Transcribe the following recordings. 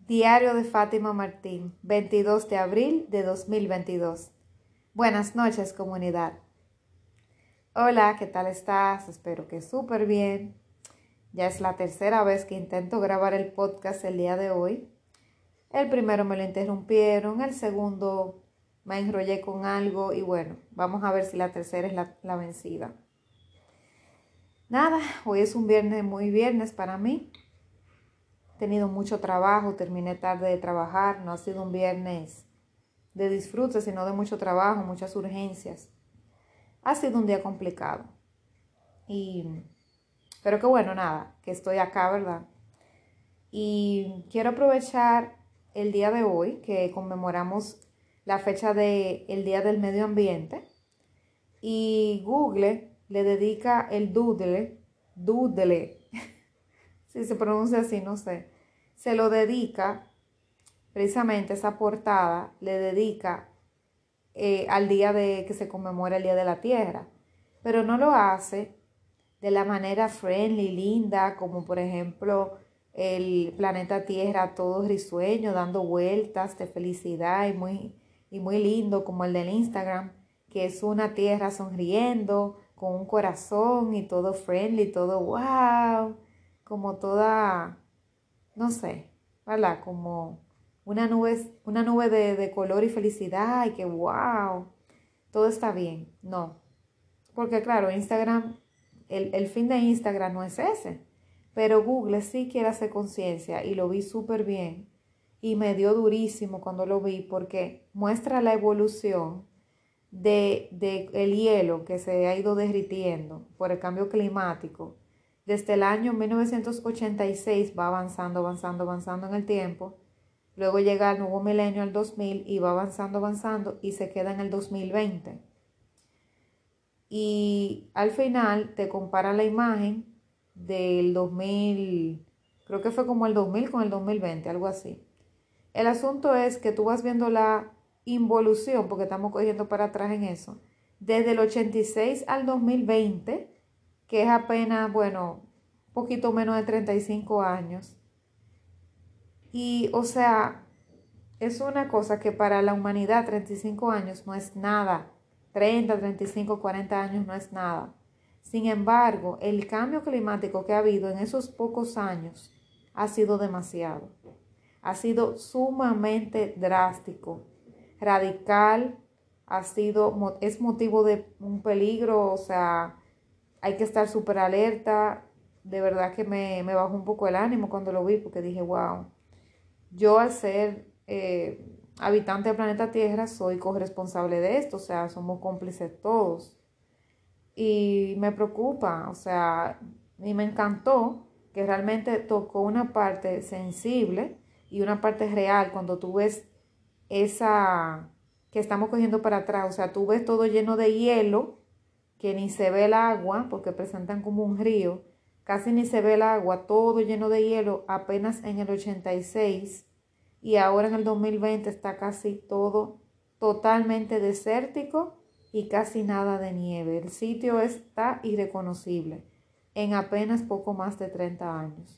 Diario de Fátima Martín, 22 de abril de 2022. Buenas noches, comunidad. Hola, ¿qué tal estás? Espero que súper bien. Ya es la tercera vez que intento grabar el podcast el día de hoy. El primero me lo interrumpieron, el segundo me enrollé con algo y bueno, vamos a ver si la tercera es la vencida. Nada, hoy es un viernes, muy viernes para mí. He tenido mucho trabajo, terminé tarde de trabajar, no ha sido un viernes de disfrute, sino de mucho trabajo, muchas urgencias. Ha sido un día complicado. Y, pero que bueno, nada, que estoy acá, ¿verdad? Y quiero aprovechar el día de hoy, que conmemoramos la fecha del Día del Medio Ambiente. Y Google le dedica el doodle, si se pronuncia así, no sé. Se lo dedica, precisamente esa portada, le dedica al día de que se conmemora el Día de la Tierra, pero no lo hace de la manera friendly, linda, como por ejemplo el planeta Tierra todo risueño, dando vueltas de felicidad y muy lindo, como el del Instagram, que es una tierra sonriendo, con un corazón y todo friendly, todo wow, como toda, no sé, ¿verdad? Como una nube de color y felicidad y que wow, todo está bien. No, porque claro, Instagram, el fin de Instagram no es ese, pero Google sí quiere hacer conciencia y lo vi súper bien y me dio durísimo cuando lo vi porque muestra la evolución de el hielo que se ha ido derritiendo por el cambio climático. Desde el año 1986 va avanzando, avanzando, avanzando en el tiempo. Luego llega el nuevo milenio, al 2000, y va avanzando, avanzando y se queda en el 2020. Y al final te compara la imagen del 2000, creo que fue como el 2000 con el 2020, algo así. El asunto es que tú vas viendo la involución, porque estamos cogiendo para atrás en eso, desde el 86 al 2020, que es apenas, bueno, un poquito menos de 35 años. Y, o sea, es una cosa que para la humanidad 35 años no es nada. 30, 35, 40 años no es nada. Sin embargo, el cambio climático que ha habido en esos pocos años ha sido demasiado. Ha sido sumamente drástico, radical, es motivo de un peligro, o sea, hay que estar súper alerta. De verdad que me bajó un poco el ánimo cuando lo vi porque dije, wow, yo al ser habitante del planeta Tierra soy corresponsable de esto, o sea, somos cómplices todos. Y me preocupa, o sea, y me encantó que realmente tocó una parte sensible y una parte real cuando tú ves esa que estamos cogiendo para atrás, o sea, tú ves todo lleno de hielo, que ni se ve el agua, porque presentan como un río, casi ni se ve el agua, todo lleno de hielo, apenas en el 86 y ahora en el 2020 está casi todo totalmente desértico y casi nada de nieve. El sitio está irreconocible en apenas poco más de 30 años.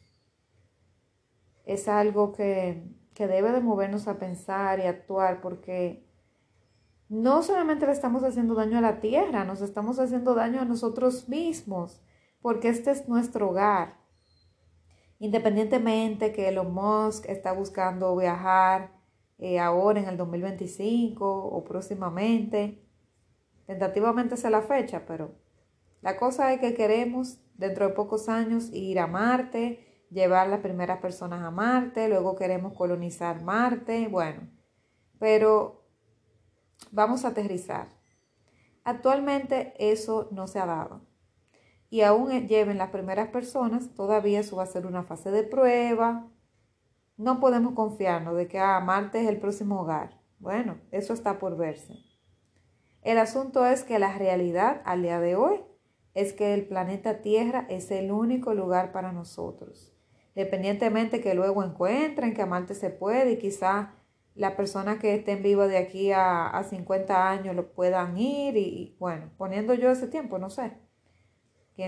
Es algo que debe de movernos a pensar y actuar porque no solamente le estamos haciendo daño a la tierra, nos estamos haciendo daño a nosotros mismos, porque este es nuestro hogar. Independientemente que Elon Musk está buscando viajar ahora en el 2025 o próximamente, tentativamente es la fecha, pero la cosa es que queremos dentro de pocos años ir a Marte, llevar las primeras personas a Marte, luego queremos colonizar Marte, bueno, pero vamos a aterrizar. Actualmente eso no se ha dado. Y aún lleven las primeras personas, todavía eso va a ser una fase de prueba. No podemos confiarnos de que Marte es el próximo hogar. Bueno, eso está por verse. El asunto es que la realidad al día de hoy es que el planeta Tierra es el único lugar para nosotros. Independientemente que luego encuentren que a Marte se puede y quizá la persona que estén viva de aquí a 50 años lo puedan ir y bueno, poniendo yo ese tiempo, no sé.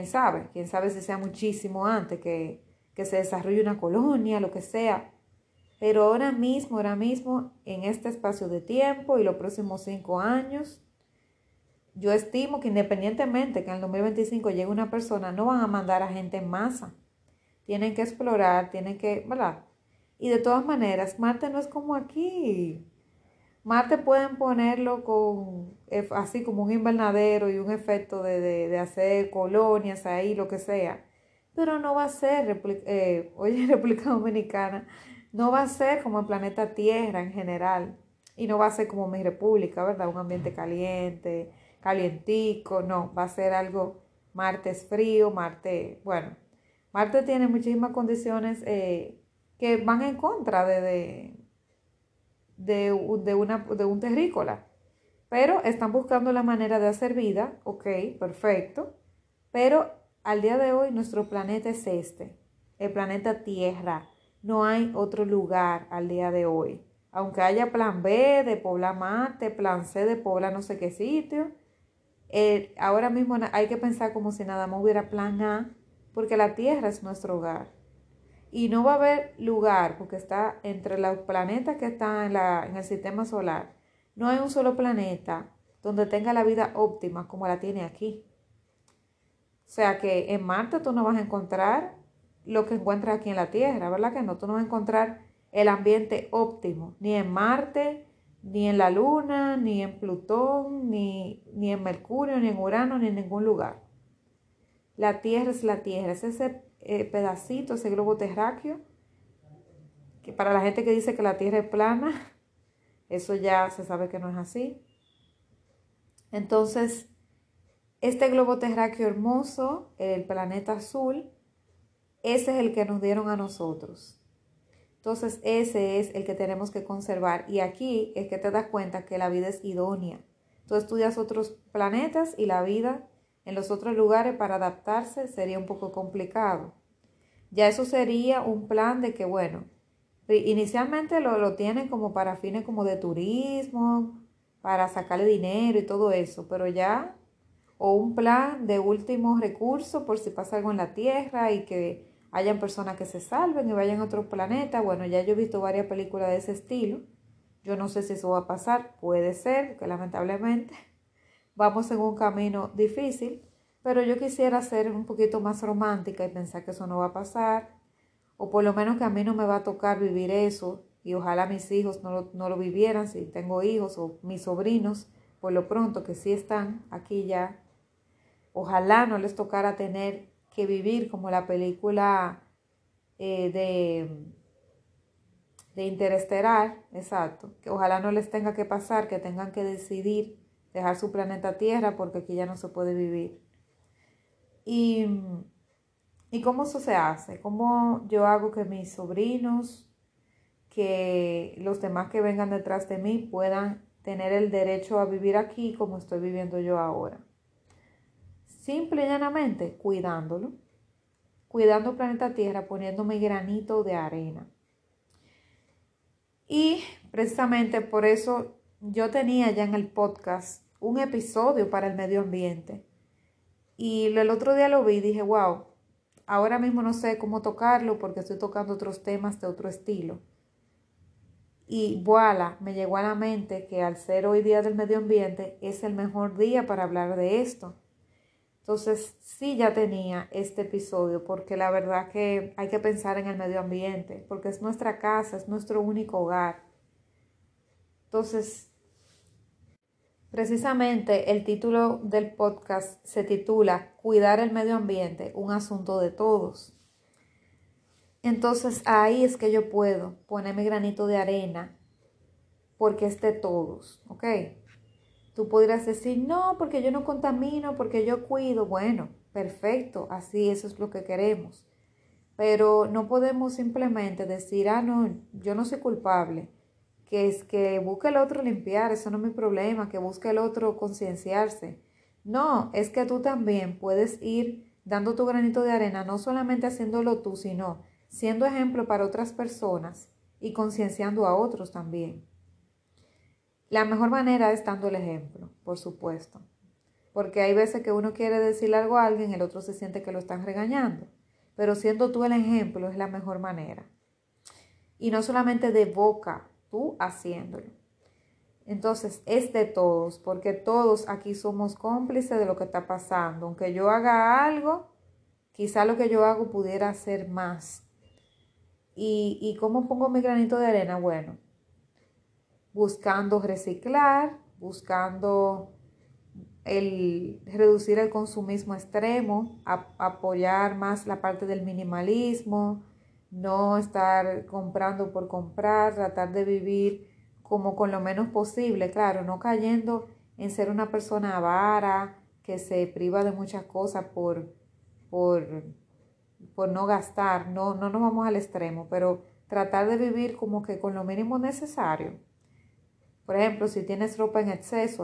Quién sabe si sea muchísimo antes que se desarrolle una colonia, lo que sea. Pero ahora mismo, en este espacio de tiempo y los próximos 5 años, yo estimo que independientemente que en el 2025 llegue una persona, no van a mandar a gente en masa. Tienen que explorar, tienen que, ¿verdad? Y de todas maneras, Marte no es como aquí. Marte pueden ponerlo con, así como un invernadero y un efecto de hacer colonias ahí, lo que sea. Pero no va a ser, oye, República Dominicana, no va a ser como el planeta Tierra en general. Y no va a ser como mi república, ¿verdad? Un ambiente caliente, calientico, no, va a ser algo, Marte es frío, Marte, bueno, Marte tiene muchísimas condiciones que van en contra de un terrícola. Pero están buscando la manera de hacer vida, ok, perfecto. Pero al día de hoy nuestro planeta es este, el planeta Tierra. No hay otro lugar al día de hoy. Aunque haya plan B de poblar Marte, plan C de poblar no sé qué sitio, ahora mismo hay que pensar como si nada más hubiera plan A, porque la Tierra es nuestro hogar. Y no va a haber lugar, porque está entre los planetas que están en el sistema solar. No hay un solo planeta donde tenga la vida óptima como la tiene aquí. O sea que en Marte tú no vas a encontrar lo que encuentras aquí en la Tierra, ¿verdad que no? Tú no vas a encontrar el ambiente óptimo, ni en Marte, ni en la Luna, ni en Plutón, ni en Mercurio, ni en Urano, ni en ningún lugar. La Tierra es ese pedacito, ese globo terráqueo, que para la gente que dice que la Tierra es plana, eso ya se sabe que no es así. Entonces, este globo terráqueo hermoso, el planeta azul, ese es el que nos dieron a nosotros. Entonces, ese es el que tenemos que conservar. Y aquí es que te das cuenta que la vida es idónea. Tú estudias otros planetas y la vida en los otros lugares para adaptarse sería un poco complicado. Ya eso sería un plan de que, bueno, inicialmente lo tienen como para fines como de turismo, para sacarle dinero y todo eso, pero ya, o un plan de último recurso por si pasa algo en la Tierra y que hayan personas que se salven y vayan a otro planeta. Bueno, ya yo he visto varias películas de ese estilo. Yo no sé si eso va a pasar, puede ser, que lamentablemente vamos en un camino difícil, pero yo quisiera ser un poquito más romántica y pensar que eso no va a pasar, o por lo menos que a mí no me va a tocar vivir eso, y ojalá mis hijos no lo vivieran, si tengo hijos o mis sobrinos, por lo pronto que sí están aquí ya, ojalá no les tocara tener que vivir como la película de Interestelar, exacto, que ojalá no les tenga que pasar, que tengan que decidir dejar su planeta Tierra porque aquí ya no se puede vivir. Y, ¿Y cómo eso se hace? ¿Cómo yo hago que mis sobrinos, que los demás que vengan detrás de mí puedan tener el derecho a vivir aquí como estoy viviendo yo ahora? Simple y llanamente cuidándolo, cuidando el planeta Tierra, poniendo mi granito de arena. Y precisamente por eso yo tenía ya en el podcast un episodio para el medio ambiente. Y el otro día lo vi y dije, wow, ahora mismo no sé cómo tocarlo porque estoy tocando otros temas de otro estilo. Y voilà, me llegó a la mente que al ser hoy día del medio ambiente es el mejor día para hablar de esto. Entonces sí ya tenía este episodio porque la verdad que hay que pensar en el medio ambiente porque es nuestra casa, es nuestro único hogar. Entonces, precisamente el título del podcast se titula Cuidar el medio ambiente, un asunto de todos. Entonces ahí es que yo puedo poner mi granito de arena porque es de todos, ¿ok? Tú podrías decir, no, porque yo no contamino, porque yo cuido. Bueno, perfecto, así eso es lo que queremos. Pero no podemos simplemente decir, ah, no, yo no soy culpable. Que es que busque el otro limpiar, eso no es mi problema, que busque el otro concienciarse. No, es que tú también puedes ir dando tu granito de arena, no solamente haciéndolo tú, sino siendo ejemplo para otras personas y concienciando a otros también. La mejor manera es dando el ejemplo, por supuesto. Porque hay veces que uno quiere decirle algo a alguien, el otro se siente que lo están regañando. Pero siendo tú el ejemplo es la mejor manera. Y no solamente de boca, tú haciéndolo. Entonces es de todos, porque todos aquí somos cómplices de lo que está pasando. Aunque yo haga algo, quizá lo que yo hago pudiera ser más. ¿Y cómo pongo mi granito de arena? Bueno, buscando reciclar, buscando reducir el consumismo extremo, apoyar más la parte del minimalismo, no estar comprando por comprar, tratar de vivir como con lo menos posible, claro, no cayendo en ser una persona avara que se priva de muchas cosas por, por no gastar, no nos vamos al extremo, pero tratar de vivir como que con lo mínimo necesario. Por ejemplo, si tienes ropa en exceso,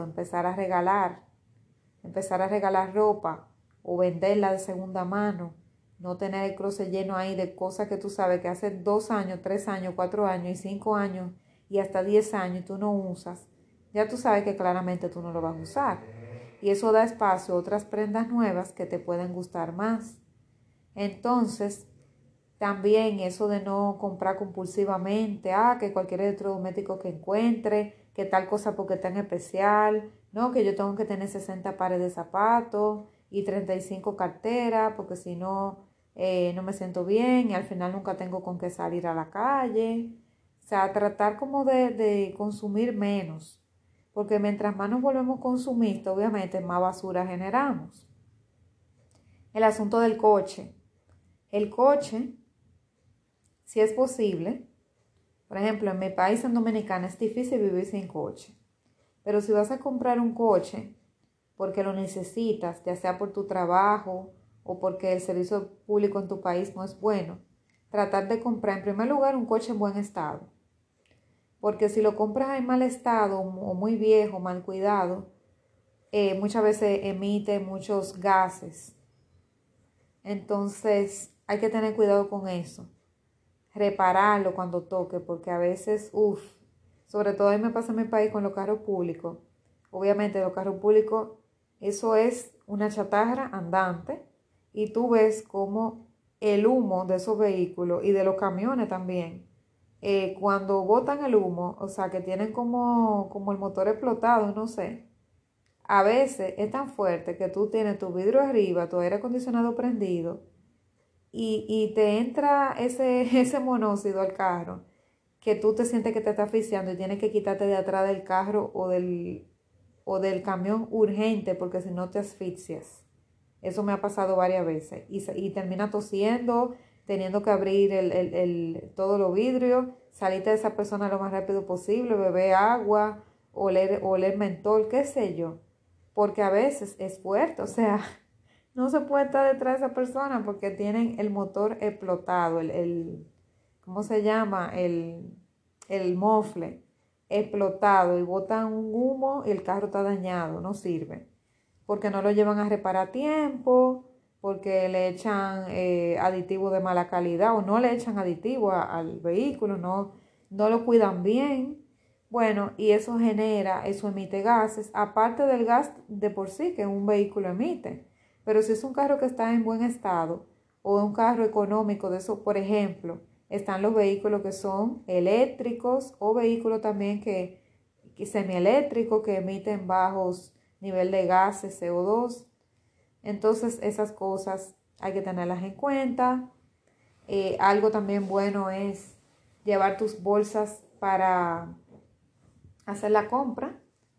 empezar a regalar ropa o venderla de segunda mano, no tener el closet lleno ahí de cosas que tú sabes que hace 2 años, 3 años, 4 años y 5 años y hasta 10 años tú no usas, ya tú sabes que claramente tú no lo vas a usar. Y eso da espacio a otras prendas nuevas que te pueden gustar más. Entonces, también eso de no comprar compulsivamente, que cualquier electrodoméstico que encuentre, que tal cosa porque está en especial, no, que yo tengo que tener 60 pares de zapatos y 35 carteras, porque si no, no me siento bien y al final nunca tengo con qué salir a la calle. O sea, tratar como de consumir menos, porque mientras más nos volvemos consumistas, obviamente más basura generamos. El asunto del coche. El coche, si es posible, por ejemplo, en mi país, en Dominicana, es difícil vivir sin coche. Pero si vas a comprar un coche porque lo necesitas, ya sea por tu trabajo o porque el servicio público en tu país no es bueno, tratar de comprar en primer lugar un coche en buen estado. Porque si lo compras en mal estado o muy viejo, mal cuidado, muchas veces emite muchos gases. Entonces hay que tener cuidado con eso. Repararlo cuando toque, porque a veces, sobre todo a mí me pasa en mi país con los carros públicos. Obviamente los carros públicos, eso es una chatarra andante y tú ves como el humo de esos vehículos y de los camiones también, cuando botan el humo, o sea que tienen como el motor explotado, no sé, a veces es tan fuerte que tú tienes tu vidrio arriba, tu aire acondicionado prendido y te entra ese monóxido al carro que tú te sientes que te está asfixiando y tienes que quitarte de atrás del carro o del camión urgente porque si no te asfixias. Eso me ha pasado varias veces y termina tosiendo, teniendo que abrir todos los vidrios, salirte de esa persona lo más rápido posible, beber agua, oler mentol, qué sé yo, porque a veces es fuerte, o sea, no se puede estar detrás de esa persona porque tienen el motor explotado, ¿cómo se llama? El mofle explotado y botan un humo y el carro está dañado, no sirve. Porque no lo llevan a reparar a tiempo, porque le echan aditivos de mala calidad o no le echan aditivos al vehículo, no lo cuidan bien. Bueno, y eso emite gases, aparte del gas de por sí que un vehículo emite. Pero si es un carro que está en buen estado o un carro económico de eso, por ejemplo, están los vehículos que son eléctricos o vehículos también que semieléctricos que emiten bajos nivel de gases CO2. Entonces esas cosas hay que tenerlas en cuenta. Algo también bueno es llevar tus bolsas para hacer la compra.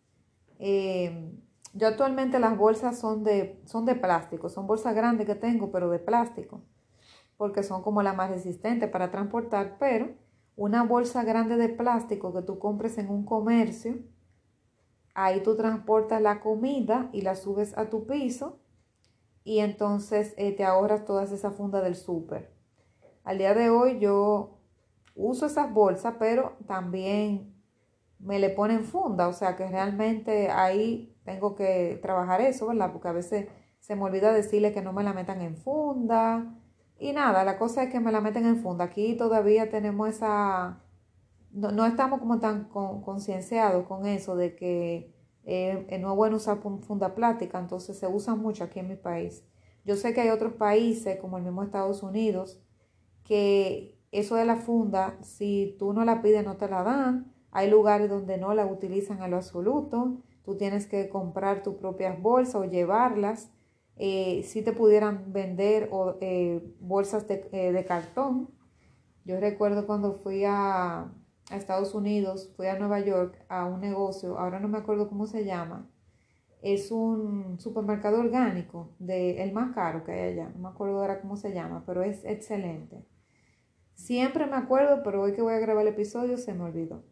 Yo actualmente las bolsas son de plástico, son bolsas grandes que tengo, pero de plástico, porque son como las más resistentes para transportar, pero una bolsa grande de plástico que tú compres en un comercio, ahí tú transportas la comida y la subes a tu piso y entonces te ahorras todas esas fundas del súper. Al día de hoy yo uso esas bolsas, pero también me le ponen funda, o sea que realmente ahí tengo que trabajar eso, ¿verdad? Porque a veces se me olvida decirle que no me la metan en funda. Y nada, la cosa es que me la meten en funda. Aquí todavía tenemos no estamos como tan concienciados con eso de que no es bueno usar funda plástica, entonces se usa mucho aquí en mi país. Yo sé que hay otros países, como el mismo Estados Unidos, que eso de la funda, si tú no la pides, no te la dan. Hay lugares donde no la utilizan en lo absoluto. Tú tienes que comprar tus propias bolsas o llevarlas. Si te pudieran vender bolsas de cartón. Yo recuerdo cuando fui a Estados Unidos, fui a Nueva York a un negocio, ahora no me acuerdo cómo se llama. Es un supermercado orgánico, el más caro que hay allá. No me acuerdo ahora cómo se llama, pero es excelente. Siempre me acuerdo, pero hoy que voy a grabar el episodio se me olvidó.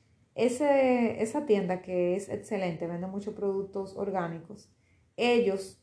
Esa tienda que es excelente, vende muchos productos orgánicos. Ellos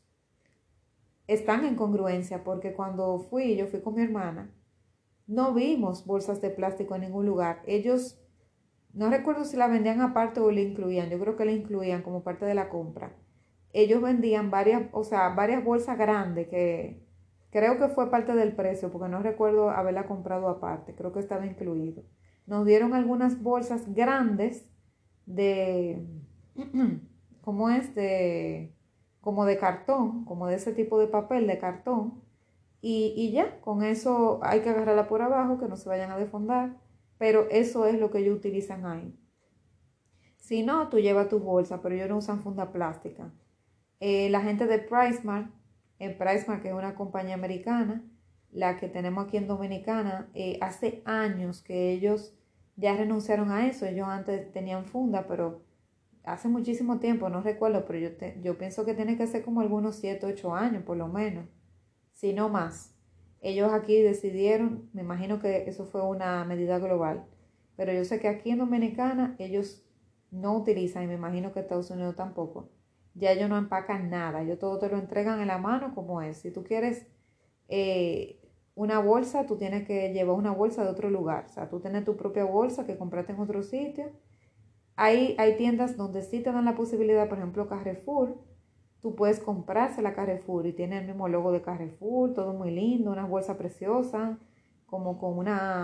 están en congruencia porque cuando yo fui con mi hermana, no vimos bolsas de plástico en ningún lugar. Ellos, no recuerdo si la vendían aparte o la incluían. Yo creo que la incluían como parte de la compra. Ellos vendían varias bolsas grandes que creo que fue parte del precio porque no recuerdo haberla comprado aparte. Creo que estaba incluido. Nos dieron algunas bolsas grandes de, ¿cómo es? Como de cartón, como de ese tipo de papel de cartón. Y ya, con eso hay que agarrarla por abajo, que no se vayan a defondar, pero eso es lo que ellos utilizan ahí. Si no, tú llevas tu bolsa, pero ellos no usan funda plástica. La gente de PriceMart, en PriceMart, que es una compañía americana, la que tenemos aquí en Dominicana, hace años que ellos ya renunciaron a eso. Ellos antes tenían funda, pero hace muchísimo tiempo, no recuerdo, pero yo pienso que tiene que ser como algunos 7, 8 años por lo menos, si no más. Ellos aquí decidieron, me imagino que eso fue una medida global, pero yo sé que aquí en Dominicana ellos no utilizan, y me imagino que Estados Unidos tampoco, ya ellos no empacan nada, ellos todo te lo entregan en la mano como es. Si tú quieres eh, una bolsa, tú tienes que llevar una bolsa de otro lugar, o sea, tú tienes tu propia bolsa que compraste en otro sitio. Hay tiendas donde sí te dan la posibilidad, por ejemplo Carrefour, tú puedes comprarse la Carrefour y tiene el mismo logo de Carrefour, todo muy lindo, una bolsa preciosa, como con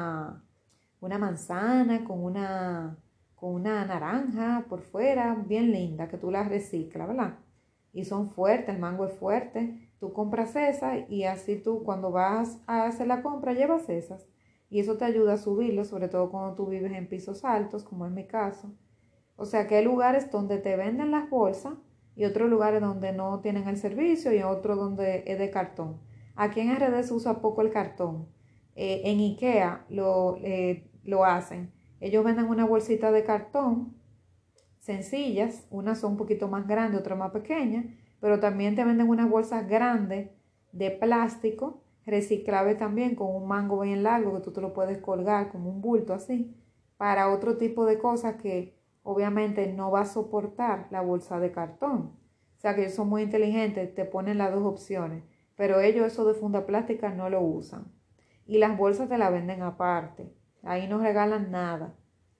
una manzana, con una naranja por fuera, bien linda, que tú la reciclas, ¿verdad? Y son fuertes, el mango es fuerte. Tú compras esas y así tú cuando vas a hacer la compra llevas esas. Y eso te ayuda a subirlo, sobre todo cuando tú vives en pisos altos, como es mi caso. O sea que hay lugares donde te venden las bolsas y otros lugares donde no tienen el servicio y otros donde es de cartón. Aquí en RD se usa poco el cartón. En IKEA lo hacen. Ellos venden una bolsita de cartón sencillas, unas son un poquito más grandes, otras más pequeñas, pero también te venden unas bolsas grandes de plástico, reciclable también, con un mango bien largo que tú te lo puedes colgar como un bulto así, para otro tipo de cosas que obviamente no va a soportar la bolsa de cartón. O sea que ellos son muy inteligentes, te ponen las dos opciones, pero ellos eso de funda plástica no lo usan. Y las bolsas te la venden aparte, ahí no regalan nada.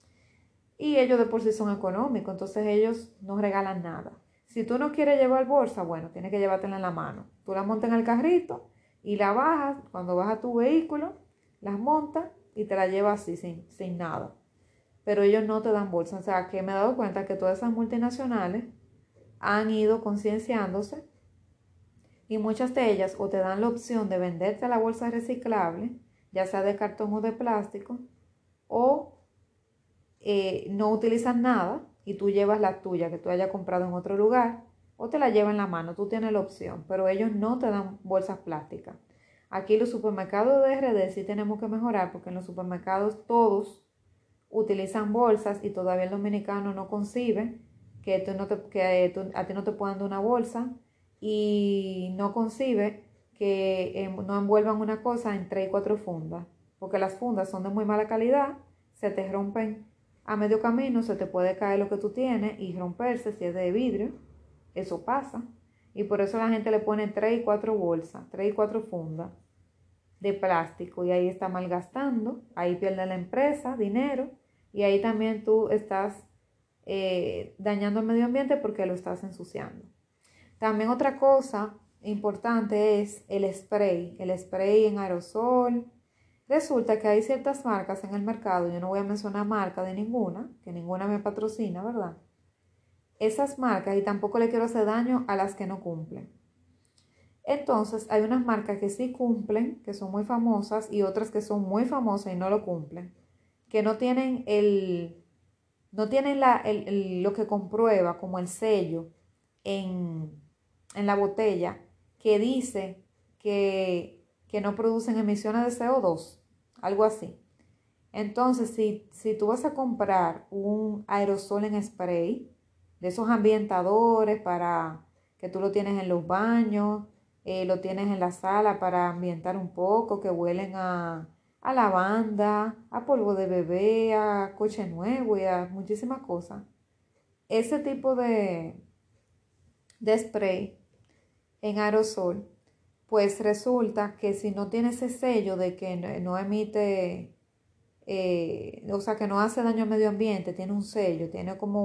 Y ellos de por sí son económicos, entonces ellos no regalan nada. Si tú no quieres llevar bolsa, bueno, tienes que llevártela en la mano. Tú la montas en el carrito y la bajas. Cuando vas a tu vehículo, las montas y te la llevas así, sin nada. Pero ellos no te dan bolsa. O sea, que me he dado cuenta que todas esas multinacionales han ido concienciándose y muchas de ellas o te dan la opción de venderte la bolsa reciclable, ya sea de cartón o de plástico, o no utilizas nada y tú llevas la tuya que tú hayas comprado en otro lugar o te la llevas en la mano, tú tienes la opción, pero ellos no te dan bolsas plásticas. Aquí los supermercados de RD sí tenemos que mejorar porque en los supermercados todos utilizan bolsas y todavía el dominicano no concibe que, a ti no te puedan dar una bolsa y no concibe que no envuelvan una cosa en 3 y 4 fundas, porque las fundas son de muy mala calidad, se te rompen a medio camino, se te puede caer lo que tú tienes y romperse si es de vidrio, eso pasa. Y por eso la gente le pone 3 y 4 bolsas, 3 y 4 fundas de plástico y ahí está malgastando, ahí pierde la empresa dinero y ahí también tú estás dañando el medio ambiente porque lo estás ensuciando. También otra cosa importante es el spray en aerosol. Resulta que hay ciertas marcas en el mercado, yo no voy a mencionar marca de ninguna, que ninguna me patrocina, ¿verdad? Esas marcas, y tampoco le quiero hacer daño a las que no cumplen. Entonces, hay unas marcas que sí cumplen, que son muy famosas, y otras que son muy famosas y no lo cumplen, que no tienen no tienen lo que comprueba como el sello en, en la botella que dice que no producen emisiones de CO2, algo así. Entonces, si tú vas a comprar un aerosol en spray, de esos ambientadores para que tú lo tienes en los baños, lo tienes en la sala para ambientar un poco, que huelen a lavanda, a polvo de bebé, a coche nuevo y a muchísimas cosas. Ese tipo de spray en aerosol, pues resulta que si no tiene ese sello de que no emite, o sea, que no hace daño al medio ambiente, tiene un sello, tiene como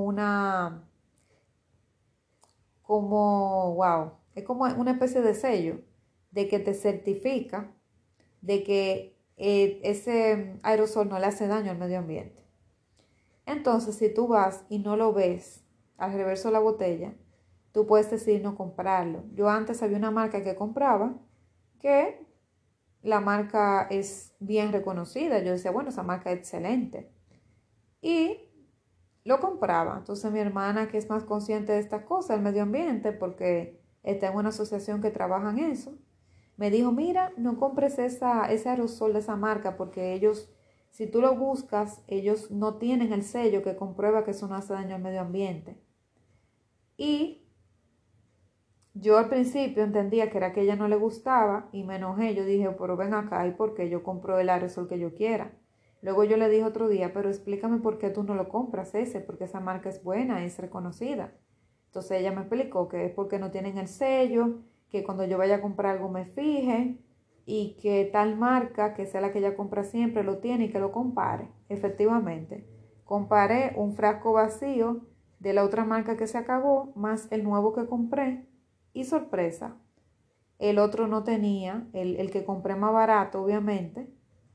wow, es como una especie de sello de que te certifica de que ese aerosol no le hace daño al medio ambiente. Entonces, si tú vas y no lo ves al reverso de la botella, tú puedes decidir no comprarlo. Yo antes había una marca que compraba que la marca es bien reconocida. Yo decía, bueno, esa marca es excelente. Y lo compraba. Entonces mi hermana, que es más consciente de estas cosas, el medio ambiente, porque está en una asociación que trabaja en eso, me dijo, mira, no compres ese aerosol de esa marca porque ellos, si tú lo buscas, ellos no tienen el sello que comprueba que eso no hace daño al medio ambiente. Y yo al principio entendía que era que a ella no le gustaba y me enojé. Yo dije, pero ven acá, ¿y por qué yo compro el aerosol que yo quiera? Luego yo le dije otro día, pero explícame por qué tú no lo compras ese, porque esa marca es buena, es reconocida. Entonces ella me explicó que es porque no tienen el sello, que cuando yo vaya a comprar algo me fije y que tal marca, que sea la que ella compra siempre, lo tiene y que lo compare. Efectivamente, comparé un frasco vacío de la otra marca que se acabó más el nuevo que compré y sorpresa, el otro no tenía, el que compré más barato obviamente,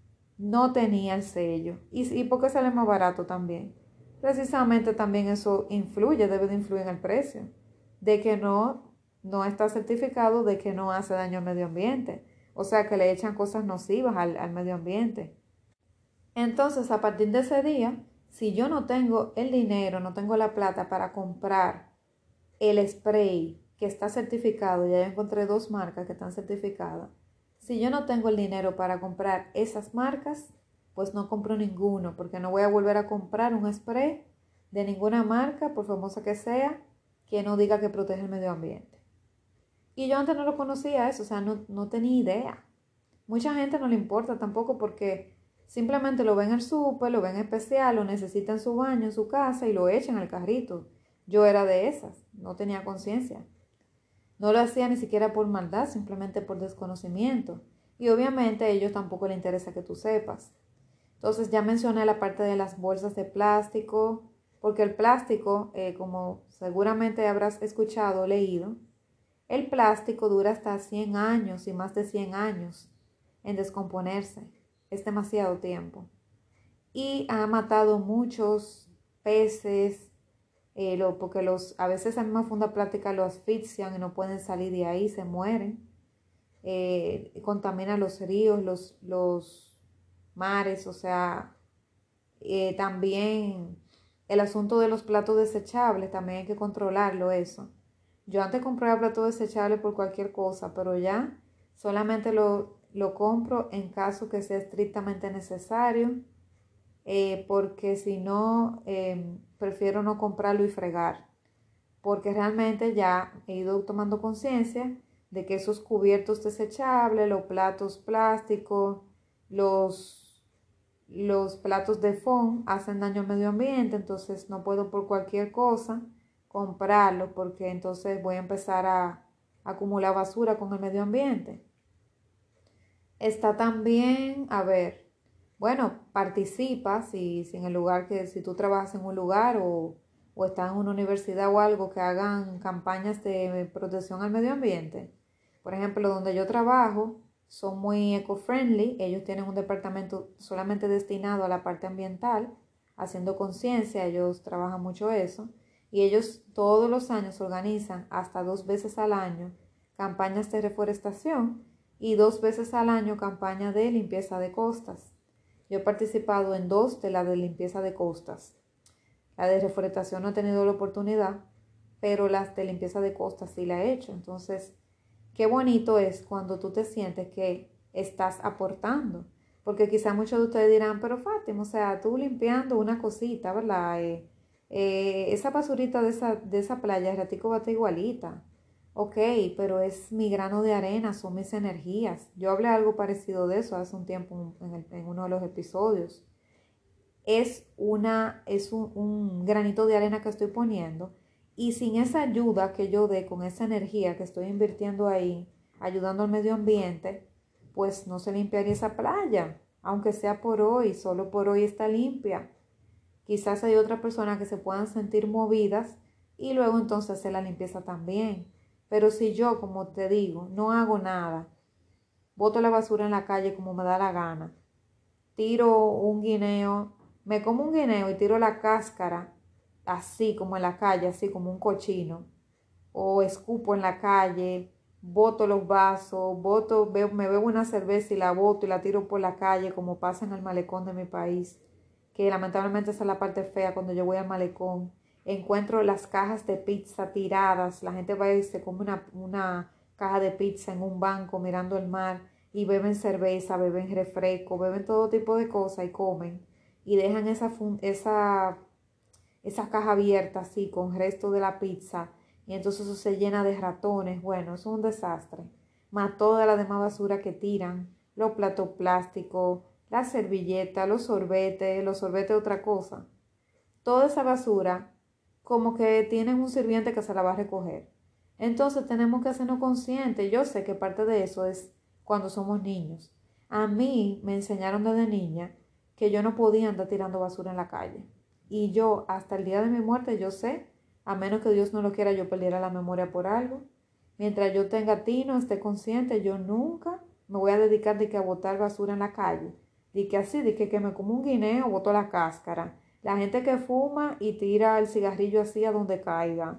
no tenía el sello. ¿Y por qué sale más barato también? Precisamente también eso influye, debe de influir en el precio, de que no está certificado de que no hace daño al medio ambiente, o sea que le echan cosas nocivas al medio ambiente. Entonces, a partir de ese día, si yo no tengo el dinero, no tengo la plata para comprar el spray que está certificado, ya yo encontré dos marcas que están certificadas. Si yo no tengo el dinero para comprar esas marcas, pues no compro ninguno, porque no voy a volver a comprar un spray de ninguna marca, por famosa que sea, que no diga que protege el medio ambiente. Y yo antes no lo conocía eso, o sea, no tenía idea. Mucha gente no le importa tampoco porque simplemente lo ven en el súper, lo ven especial, lo necesita en su baño, en su casa y lo echan al carrito. Yo era de esas, no tenía conciencia. No lo hacía ni siquiera por maldad, simplemente por desconocimiento. Y obviamente a ellos tampoco les interesa que tú sepas. Entonces ya mencioné la parte de las bolsas de plástico, porque el plástico, como seguramente habrás escuchado o leído, el plástico dura hasta 100 años y más de 100 años en descomponerse. Es demasiado tiempo. Y ha matado muchos peces, porque a veces esa misma funda plástica lo asfixian y no pueden salir de ahí, se mueren. Contamina los ríos, los mares, o sea, también el asunto de los platos desechables, también hay que controlarlo eso. Yo antes compraba platos desechables por cualquier cosa, pero ya solamente lo compro en caso que sea estrictamente necesario, porque si no, prefiero no comprarlo y fregar, porque realmente ya he ido tomando conciencia de que esos cubiertos desechables, los platos plásticos, los platos de foam hacen daño al medio ambiente, entonces no puedo por cualquier cosa comprarlo porque entonces voy a empezar a acumular basura con el medio ambiente. Está también, a ver, bueno, participa si en el lugar si tú trabajas en un lugar o estás en una universidad o algo que hagan campañas de protección al medio ambiente. Por ejemplo, donde yo trabajo son muy eco-friendly, ellos tienen un departamento solamente destinado a la parte ambiental, haciendo conciencia, ellos trabajan mucho eso, y ellos todos los años organizan hasta 2 veces al año campañas de reforestación y 2 veces al año campaña de limpieza de costas. Yo he participado en 2 de las de limpieza de costas. La de reforestación no he tenido la oportunidad, pero las de limpieza de costas sí la he hecho. Entonces, qué bonito es cuando tú te sientes que estás aportando. Porque quizá muchos de ustedes dirán, pero Fátima, o sea, tú limpiando una cosita, ¿verdad? Esa basurita de esa playa, el ratico va a estar igualita. Ok, pero es mi grano de arena, son mis energías. Yo hablé algo parecido de eso hace un tiempo en uno de los episodios. Es un granito de arena que estoy poniendo y sin esa ayuda que yo dé con esa energía que estoy invirtiendo ahí, ayudando al medio ambiente, pues no se limpiaría esa playa, aunque sea por hoy, solo por hoy está limpia. Quizás hay otras personas que se puedan sentir movidas y luego entonces hacer la limpieza también. Pero si yo, como te digo, no hago nada, boto la basura en la calle como me da la gana, tiro un guineo, me como un guineo y tiro la cáscara así como en la calle, así como un cochino, o escupo en la calle, boto los vasos, me bebo una cerveza y la boto y la tiro por la calle como pasa en el malecón de mi país, que lamentablemente esa es la parte fea cuando yo voy al malecón. Encuentro las cajas de pizza tiradas, la gente va y se come una caja de pizza en un banco mirando el mar y beben cerveza, beben refresco, beben todo tipo de cosas y comen y dejan esa caja abierta así con resto de la pizza y entonces eso se llena de ratones. Bueno, es un desastre. Más toda la demás basura que tiran, los platos plásticos, las servilletas, los sorbetes otra cosa. Toda esa basura como que tienen un sirviente que se la va a recoger. Entonces tenemos que hacernos conscientes. Yo sé que parte de eso es cuando somos niños. A mí me enseñaron desde niña que yo no podía andar tirando basura en la calle. Y yo, hasta el día de mi muerte, yo sé, a menos que Dios no lo quiera, yo perdiera la memoria por algo. Mientras yo tenga tino, esté consciente, yo nunca me voy a dedicar de que a botar basura en la calle. De que así, de que me como un guineo, boto la cáscara. La gente que fuma y tira el cigarrillo así a donde caiga.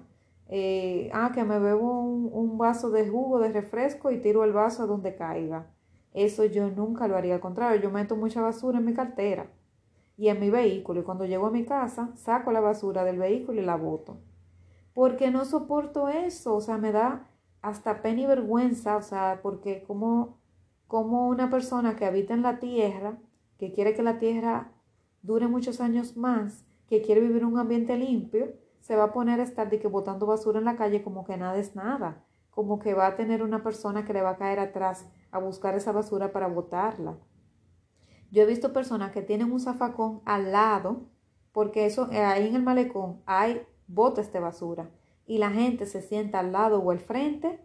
Que me bebo un vaso de jugo, de refresco y tiro el vaso a donde caiga. Eso yo nunca lo haría. Al contrario, yo meto mucha basura en mi cartera y en mi vehículo. Y cuando llego a mi casa, saco la basura del vehículo y la boto. Porque no soporto eso. O sea, me da hasta pena y vergüenza. O sea, porque como una persona que habita en la tierra, que quiere que la tierra dure muchos años más, que quiere vivir en un ambiente limpio, se va a poner a estar de que botando basura en la calle como que nada es nada, como que va a tener una persona que le va a caer atrás a buscar esa basura para botarla. Yo he visto personas que tienen un zafacón al lado, porque eso ahí en el malecón hay botes de basura y la gente se sienta al lado o al frente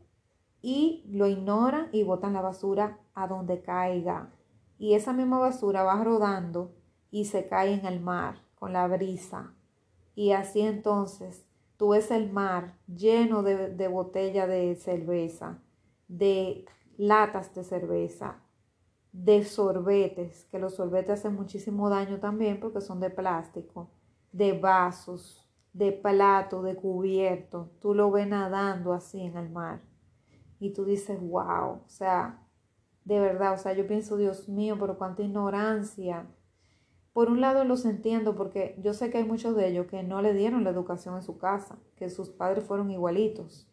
y lo ignoran y botan la basura a donde caiga. Y esa misma basura va rodando y se cae en el mar con la brisa. Y así entonces tú ves el mar lleno de botellas de cerveza, de latas de cerveza, de sorbetes, que los sorbetes hacen muchísimo daño también porque son de plástico, de vasos, de plato, de cubierto. Tú lo ves nadando así en el mar y tú dices, wow, o sea, de verdad, o sea, yo pienso, Dios mío, pero cuánta ignorancia. Por un lado los entiendo porque yo sé que hay muchos de ellos que no le dieron la educación en su casa, que sus padres fueron igualitos.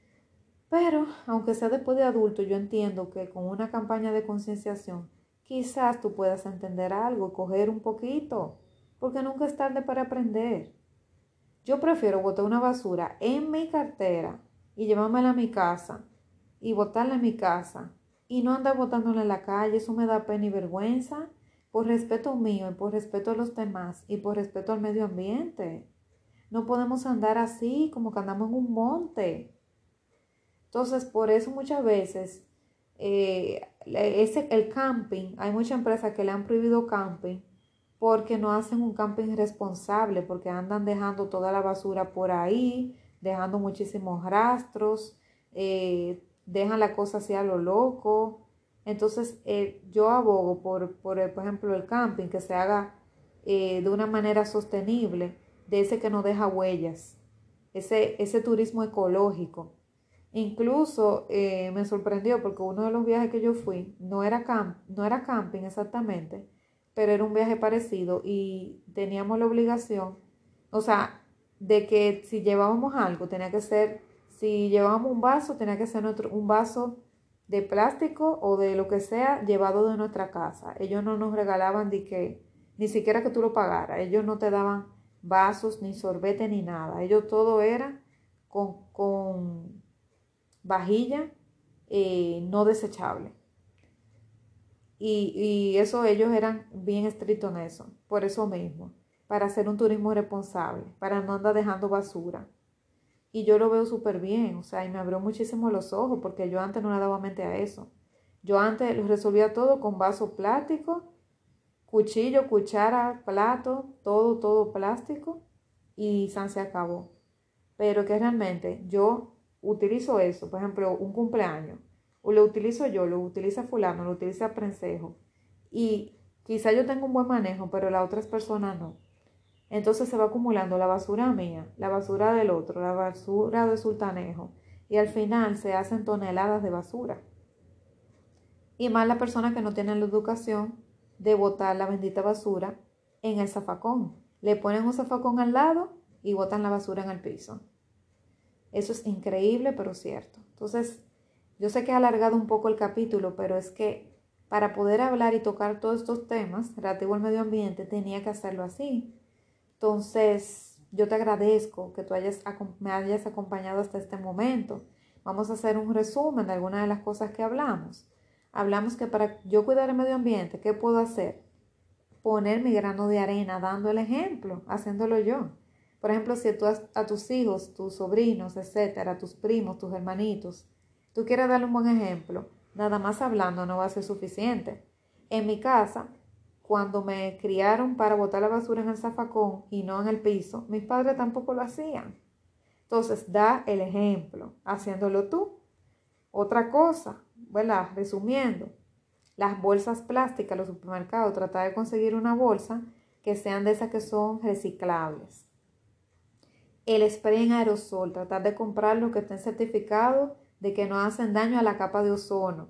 Pero, aunque sea después de adulto, yo entiendo que con una campaña de concienciación, quizás tú puedas entender algo, coger un poquito, porque nunca es tarde para aprender. Yo prefiero botar una basura en mi cartera y llevármela a mi casa y botarla en mi casa y no andar botándola en la calle. Eso me da pena y vergüenza por respeto mío y por respeto a los demás y por respeto al medio ambiente. No podemos andar así como que andamos en un monte. Entonces, por eso muchas veces el camping, hay muchas empresas que le han prohibido camping porque no hacen un camping responsable, porque andan dejando toda la basura por ahí, dejando muchísimos rastros, dejan la cosa así a lo loco. Entonces, yo abogo por ejemplo, el camping que se haga de una manera sostenible, de ese que no deja huellas, ese turismo ecológico Incluso me sorprendió porque uno de los viajes que yo fui no era camping exactamente, pero era un viaje parecido y teníamos la obligación, o sea, de que si llevábamos algo, tenía que ser, si llevábamos un vaso, tenía que ser un vaso de plástico o de lo que sea llevado de nuestra casa. Ellos no nos regalaban ni siquiera que tú lo pagaras. Ellos no te daban vasos, ni sorbete, ni nada. Ellos todo era con vajilla no desechable. Y eso ellos eran bien estrictos en eso, por eso mismo, para hacer un turismo responsable, para no andar dejando basura. Y yo lo veo súper bien, o sea, y me abrió muchísimo los ojos porque yo antes no le daba mente a eso. Yo antes lo resolvía todo con vaso plástico, cuchillo, cuchara, plato, todo plástico y se acabó. Pero que realmente yo utilizo eso, por ejemplo, un cumpleaños, o lo utilizo yo, lo utiliza fulano, lo utiliza prensejo, y quizá yo tengo un buen manejo, pero las otras personas no. Entonces se va acumulando la basura mía, la basura del otro, la basura de Sultanejo, y al final se hacen toneladas de basura. Y más las personas que no tienen la educación de botar la bendita basura en el zafacón. Le ponen un zafacón al lado y botan la basura en el piso. Eso es increíble, pero cierto. Entonces, yo sé que he alargado un poco el capítulo, pero es que para poder hablar y tocar todos estos temas relativos al medio ambiente, tenía que hacerlo así. Entonces, yo te agradezco que me hayas acompañado hasta este momento. Vamos a hacer un resumen de algunas de las cosas que hablamos. Hablamos que para yo cuidar el medio ambiente, ¿qué puedo hacer? Poner mi grano de arena, dando el ejemplo, haciéndolo yo. Por ejemplo, si tú a tus hijos, tus sobrinos, etcétera, tus primos, tus hermanitos, tú quieres darle un buen ejemplo, nada más hablando no va a ser suficiente. En mi casa, cuando me criaron para botar la basura en el zafacón y no en el piso, mis padres tampoco lo hacían. Entonces, da el ejemplo, haciéndolo tú. Otra cosa, ¿verdad? Resumiendo, las bolsas plásticas, los supermercados, tratar de conseguir una bolsa que sean de esas que son reciclables. El spray en aerosol, tratar de comprar los que estén certificados de que no hacen daño a la capa de ozono.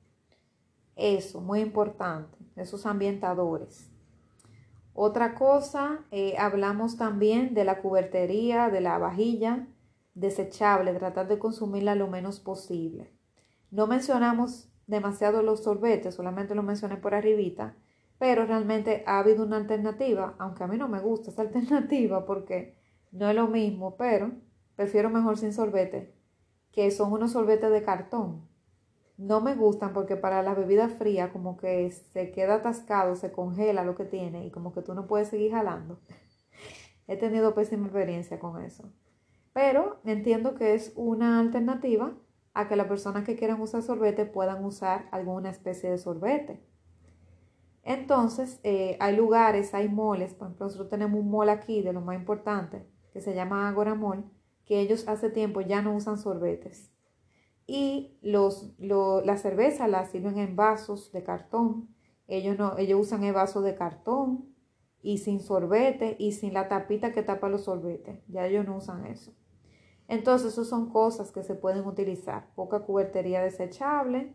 Eso, muy importante, esos ambientadores. Otra cosa, hablamos también de la cubertería, de la vajilla desechable, tratar de consumirla lo menos posible. No mencionamos demasiado los sorbetes, solamente lo mencioné por arribita, pero realmente ha habido una alternativa, aunque a mí no me gusta esa alternativa porque no es lo mismo, pero prefiero mejor sin sorbete, que son unos sorbetes de cartón. No me gustan porque para las bebidas frías como que se queda atascado, se congela lo que tiene y como que tú no puedes seguir jalando. He tenido pésima experiencia con eso. Pero entiendo que es una alternativa a que las personas que quieran usar sorbete puedan usar alguna especie de sorbete. Entonces, hay lugares, hay moles, por ejemplo, nosotros tenemos un mall aquí de lo más importante, que se llama Agora Mall, que ellos hace tiempo ya no usan sorbetes. Y la cerveza la sirven en vasos de cartón. Ellos usan el vaso de cartón y sin sorbete y sin la tapita que tapa los sorbetes. Ya ellos no usan eso. Entonces, eso son cosas que se pueden utilizar. Poca cubertería desechable,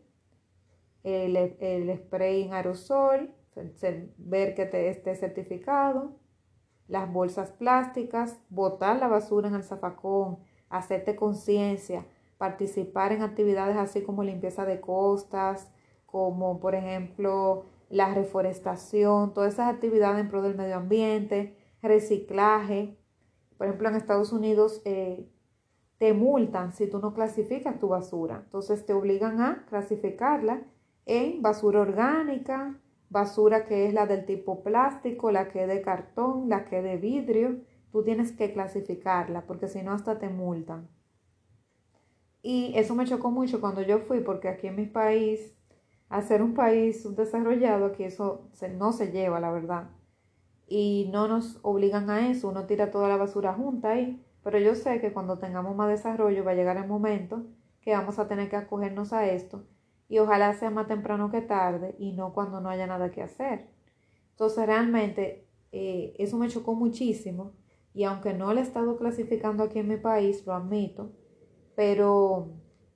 el spray en aerosol, ver que esté certificado, las bolsas plásticas, botar la basura en el zafacón, hacerte conciencia, participar en actividades así como limpieza de costas, como por ejemplo la reforestación, todas esas actividades en pro del medio ambiente, reciclaje. Por ejemplo, en Estados Unidos te multan si tú no clasificas tu basura. Entonces te obligan a clasificarla en basura orgánica, basura que es la del tipo plástico, la que es de cartón, la que es de vidrio. Tú tienes que clasificarla porque si no hasta te multan. Y eso me chocó mucho cuando yo fui porque aquí en mi país, al ser un país subdesarrollado, aquí eso no se lleva, la verdad. Y no nos obligan a eso, uno tira toda la basura junta ahí. Pero yo sé que cuando tengamos más desarrollo va a llegar el momento que vamos a tener que acogernos a esto y ojalá sea más temprano que tarde y no cuando no haya nada que hacer. Entonces realmente eso me chocó muchísimo y aunque no lo he estado clasificando aquí en mi país, lo admito, pero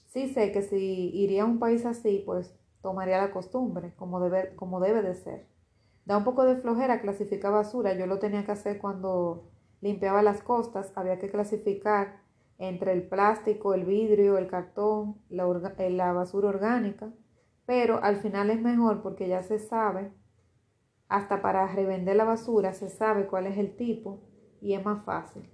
Sí sé que si iría a un país así, pues tomaría la costumbre, como debe de ser. Da un poco de flojera clasificar basura. Yo lo tenía que hacer cuando limpiaba las costas. Había que clasificar entre el plástico, el vidrio, el cartón, la basura orgánica. Pero al final es mejor porque ya se sabe, hasta para revender la basura se sabe cuál es el tipo y es más fácil.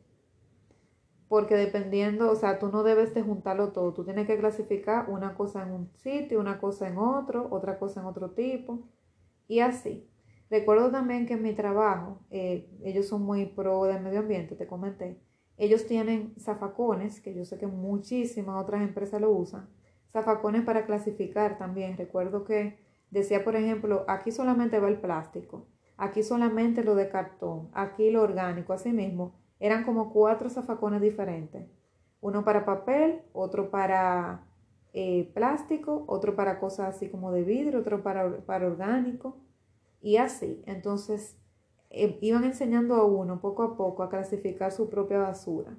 Porque dependiendo, o sea, tú no debes de juntarlo todo. Tú tienes que clasificar una cosa en un sitio, una cosa en otro, otra cosa en otro tipo y así. Recuerdo también que en mi trabajo, ellos son muy pro del medio ambiente, te comenté. Ellos tienen zafacones, que yo sé que muchísimas otras empresas lo usan. Zafacones para clasificar también. Recuerdo que decía, por ejemplo, aquí solamente va el plástico, aquí solamente lo de cartón, aquí lo orgánico, así mismo. Eran como 4 zafacones diferentes. Uno para papel, otro para plástico, otro para cosas así como de vidrio, otro para orgánico y así. Entonces, iban enseñando a uno poco a poco a clasificar su propia basura.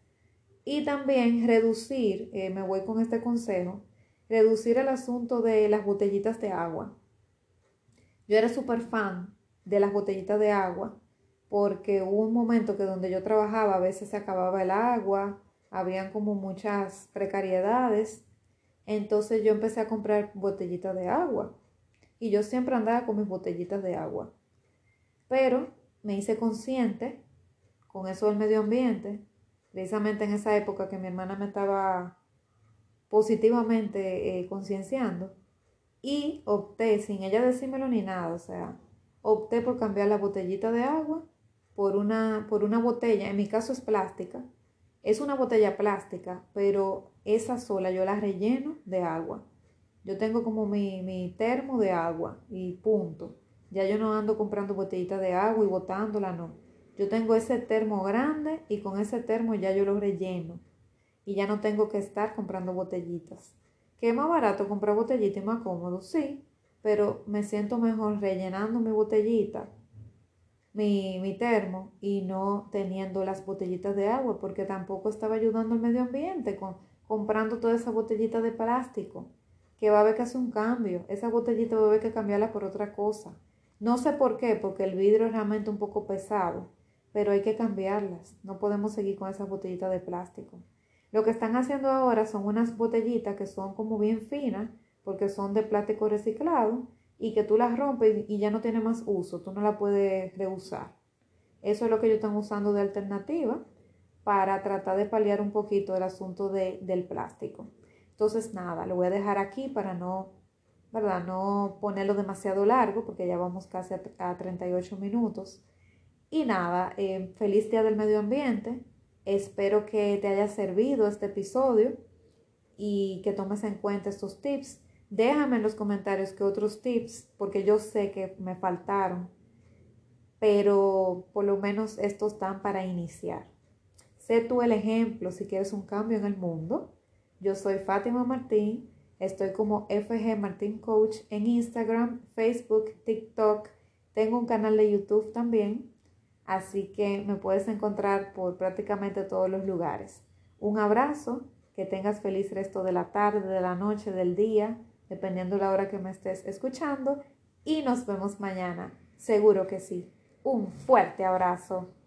Y también reducir, me voy con este consejo, reducir el asunto de las botellitas de agua. Yo era súper fan de las botellitas de agua porque hubo un momento que donde yo trabajaba a veces se acababa el agua, habían como muchas precariedades. Entonces yo empecé a comprar botellitas de agua y yo siempre andaba con mis botellitas de agua. Pero me hice consciente con eso del medio ambiente, precisamente en esa época que mi hermana me estaba positivamente concienciando, y opté, sin ella decírmelo ni nada, o sea, opté por cambiar la botellita de agua por una botella, en mi caso es plástica, es una botella plástica, pero esa sola yo la relleno de agua. Yo tengo como mi termo de agua y punto. Ya yo no ando comprando botellitas de agua y botándola, no. Yo tengo ese termo grande y con ese termo ya yo lo relleno. Y ya no tengo que estar comprando botellitas. Que es más barato comprar botellitas y más cómodo, sí. Pero me siento mejor rellenando mi botellita, mi termo y no teniendo las botellitas de agua porque tampoco estaba ayudando al medio ambiente comprando toda esa botellita de plástico que va a haber que hacer un cambio. Esa botellita va a haber que cambiarla por otra cosa. No sé por qué, porque el vidrio es realmente un poco pesado, pero hay que cambiarlas. No podemos seguir con esas botellitas de plástico. Lo que están haciendo ahora son unas botellitas que son como bien finas porque son de plástico reciclado y que tú las rompes y ya no tiene más uso, tú no la puedes reusar. Eso es lo que ellos están usando de alternativa para tratar de paliar un poquito el asunto del plástico. Entonces, nada, lo voy a dejar aquí para no, ¿verdad? No ponerlo demasiado largo porque ya vamos casi a 38 minutos. Y nada, feliz día del medio ambiente. Espero que te haya servido este episodio y que tomes en cuenta estos tips. Déjame en los comentarios qué otros tips, porque yo sé que me faltaron, pero por lo menos estos están para iniciar. Sé tú el ejemplo si quieres un cambio en el mundo. Yo soy Fátima Martín, estoy como FG Martín Coach en Instagram, Facebook, TikTok. Tengo un canal de YouTube también, así que me puedes encontrar por prácticamente todos los lugares. Un abrazo, que tengas feliz resto de la tarde, de la noche, del día, dependiendo de la hora que me estés escuchando, y nos vemos mañana, seguro que sí. Un fuerte abrazo.